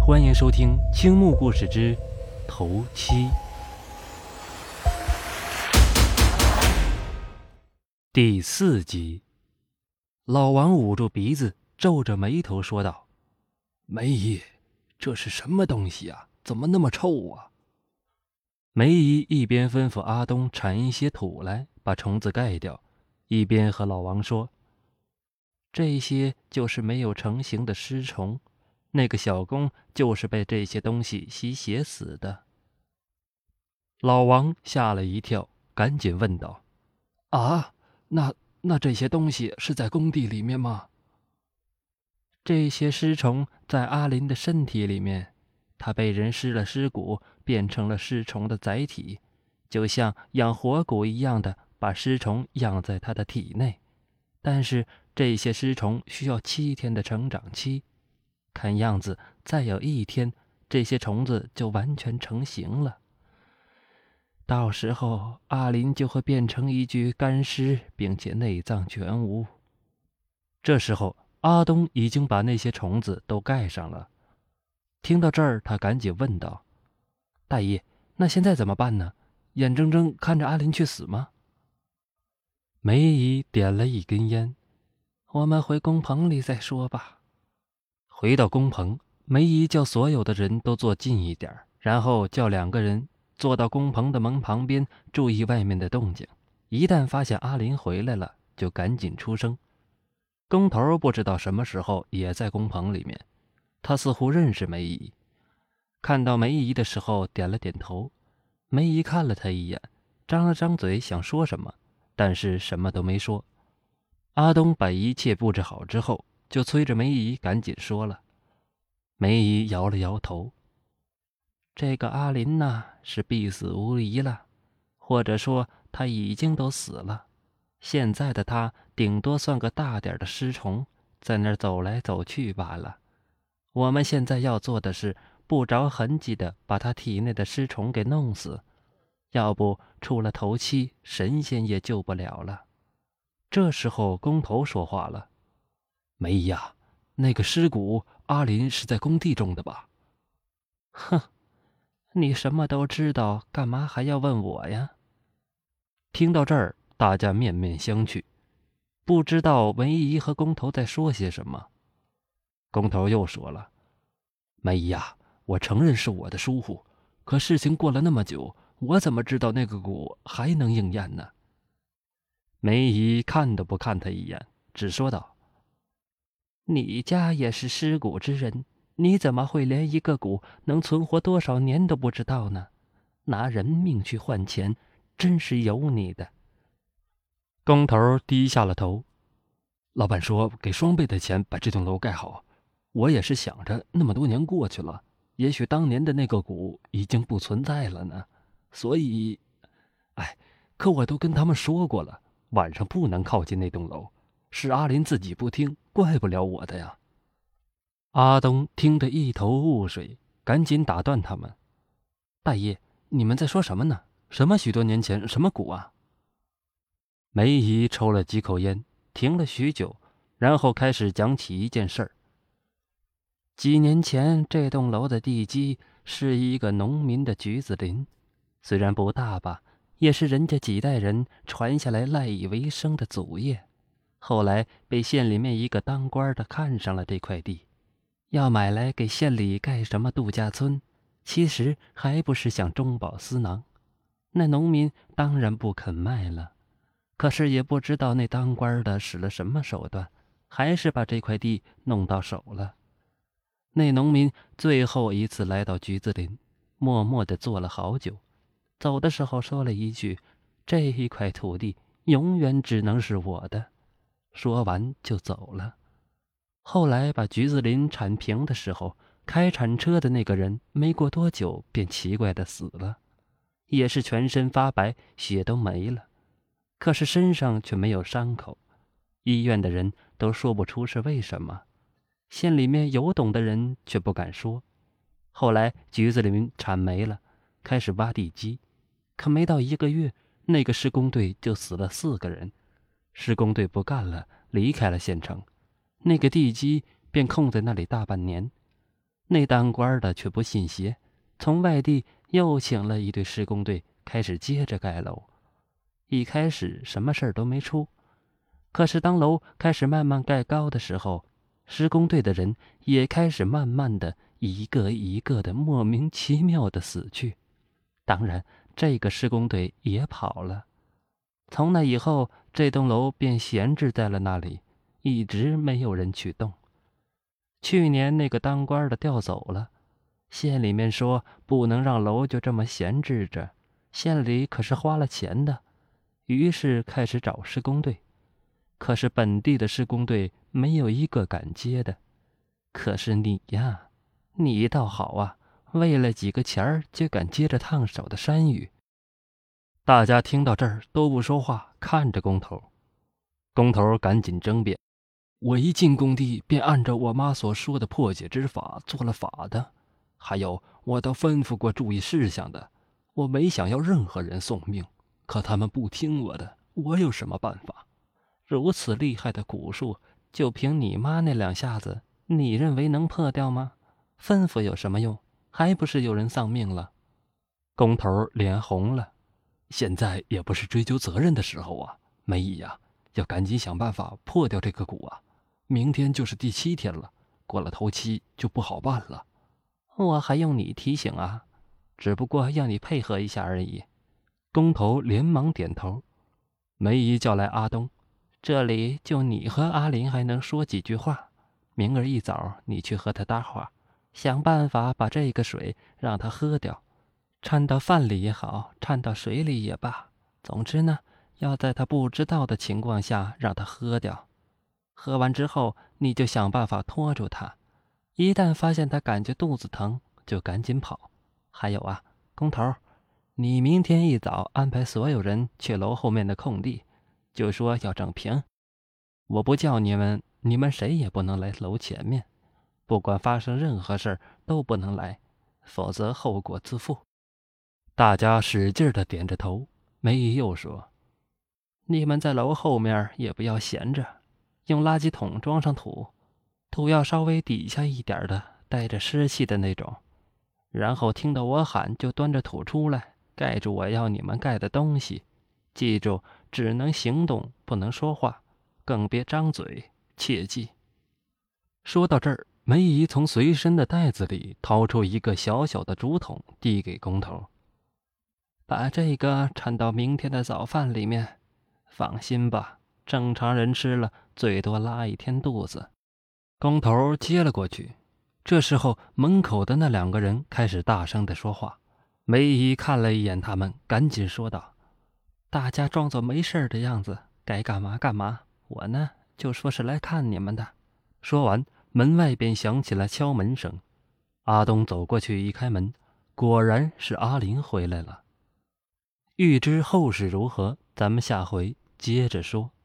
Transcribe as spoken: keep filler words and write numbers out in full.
欢迎收听青木故事之头七第四集。老王捂住鼻子，皱着眉头说道： 梅姨，这是什么东西啊？怎么那么臭啊？ 梅姨一边吩咐阿东铲一些土来把虫子盖掉，一边和老王说：这些就是没有成型的尸虫，那个小工就是被这些东西吸血死的。老王吓了一跳，赶紧问道： 啊，那那这些东西是在工地里面吗？ 这些尸虫在阿林的身体里面，他被人施了尸蛊，变成了尸虫的载体，就像养活蛊一样的把尸虫养在他的体内。但是这些尸虫需要七天的成长期，看样子再有一天，这些虫子就完全成型了。到时候阿林就会变成一具干尸，并且内脏全无。这时候阿东已经把那些虫子都盖上了。听到这儿，他赶紧问道：大姨，那现在怎么办呢？眼睁睁看着阿林去死吗？梅姨点了一根烟：我们回工棚里再说吧。回到工棚，梅姨叫所有的人都坐近一点，然后叫两个人坐到工棚的门旁边，注意外面的动静，一旦发现阿林回来了，就赶紧出声。工头不知道什么时候也在工棚里面，他似乎认识梅姨，看到梅姨的时候点了点头。梅姨看了他一眼，张了张嘴想说什么，但是什么都没说。阿东把一切布置好之后，就催着梅姨赶紧说了。梅姨摇了摇头：这个阿林呐，是必死无疑了，或者说他已经都死了。现在的他顶多算个大点的尸虫，在那儿走来走去罢了。我们现在要做的是不着痕迹地把他体内的尸虫给弄死，要不出了头七，神仙也救不了了。这时候工头说话了： 梅姨呀，那个尸骨阿林是在工地种的吧？ 哼，你什么都知道，干嘛还要问我呀？听到这儿，大家面面相觑，不知道梅姨和工头在说些什么。工头又说了： 梅姨呀，我承认是我的疏忽，可事情过了那么久，我怎么知道那个蛊还能应验呢？ 梅姨看都不看他一眼，只说道：你家也是尸蛊之人，你怎么会连一个蛊能存活多少年都不知道呢？拿人命去换钱，真是有你的。工头低下了头。 老板说给双倍的钱把这栋楼盖好，我也是想着那么多年过去了，也许当年的那个蛊已经不存在了呢，所以哎，可我都跟他们说过了，晚上不能靠近那栋楼，是阿林自己不听，怪不了我的呀。 阿东听得一头雾水，赶紧打断他们：大爷，你们在说什么呢？什么许多年前，什么蛊啊？梅姨抽了几口烟，停了许久，然后开始讲起一件事儿。几年前，这栋楼的地基是一个农民的橘子林，虽然不大吧，也是人家几代人传下来赖以为生的祖业。后来被县里面一个当官的看上了这块地，要买来给县里盖什么度假村，其实还不是想中饱私囊。那农民当然不肯卖了，可是也不知道那当官的使了什么手段，还是把这块地弄到手了。那农民最后一次来到橘子林，默默地坐了好久，走的时候说了一句：这一块土地永远只能是我的。说完就走了。后来把橘子林铲平的时候，开铲车的那个人没过多久便奇怪地死了，也是全身发白，血都没了，可是身上却没有伤口。医院的人都说不出是为什么，县里面有懂的人却不敢说。后来橘子林铲没了，开始挖地基，可没到一个月，那个施工队就死了四个人。施工队不干了，离开了县城，那个地基便空在那里大半年。 那当官的却不信邪，从外地又请了一队施工队，开始接着盖楼。一开始什么事儿都没出，可是当楼开始慢慢盖高的时候，施工队的人也开始慢慢的一个一个的莫名其妙的死去。当然，这个施工队也跑了。从那以后，这栋楼便闲置在了那里，一直没有人去动。去年那个当官的调走了，县里面说不能让楼就这么闲置着，县里可是花了钱的，于是开始找施工队。可是本地的施工队没有一个敢接的。可是你呀，你倒好啊，为了几个钱儿就敢接着烫手的山芋。大家听到这儿都不说话，看着工头。工头赶紧争辩：我一进工地便按照我妈所说的破解之法做了法的，还有我都吩咐过注意事项的，我没想要任何人送命，可他们不听我的，我有什么办法？如此厉害的蛊术，就凭你妈那两下子，你认为能破掉吗？吩咐有什么用？还不是有人丧命了？工头脸红了，现在也不是追究责任的时候啊，梅姨呀，要赶紧想办法破掉这个蛊啊！明天就是第七天了，过了头七就不好办了。我还用你提醒啊？只不过要你配合一下而已。工头连忙点头。梅姨叫来阿东，这里就你和阿林还能说几句话。明儿一早你去和他搭话，想办法把这个水让他喝掉，掺到饭里也好，掺到水里也罢，总之呢，要在他不知道的情况下让他喝掉。喝完之后，你就想办法拖住他，一旦发现他感觉肚子疼，就赶紧跑。还有啊，工头，你明天一早安排所有人去楼后面的空地，就说要整平。我不叫你们，你们谁也不能来楼前面，不管发生任何事都不能来，否则后果自负。大家使劲地点着头。梅姨又说：你们在楼后面也不要闲着，用垃圾桶装上土，土要稍微底下一点的，带着湿气的那种，然后听到我喊就端着土出来，盖住我要你们盖的东西。记住，只能行动，不能说话，更别张嘴，切记。说到这儿，梅姨从随身的袋子里掏出一个小小的竹筒，递给工头：把这个掺到明天的早饭里面。放心吧，正常人吃了最多拉一天肚子。工头接了过去。这时候门口的那两个人开始大声地说话。梅姨看了一眼他们，赶紧说道：大家装作没事的样子，该干嘛干嘛，我呢就说是来看你们的。说完，门外便响起了敲门声。阿东走过去一开门，果然是阿林回来了。欲知后事如何，咱们下回接着说。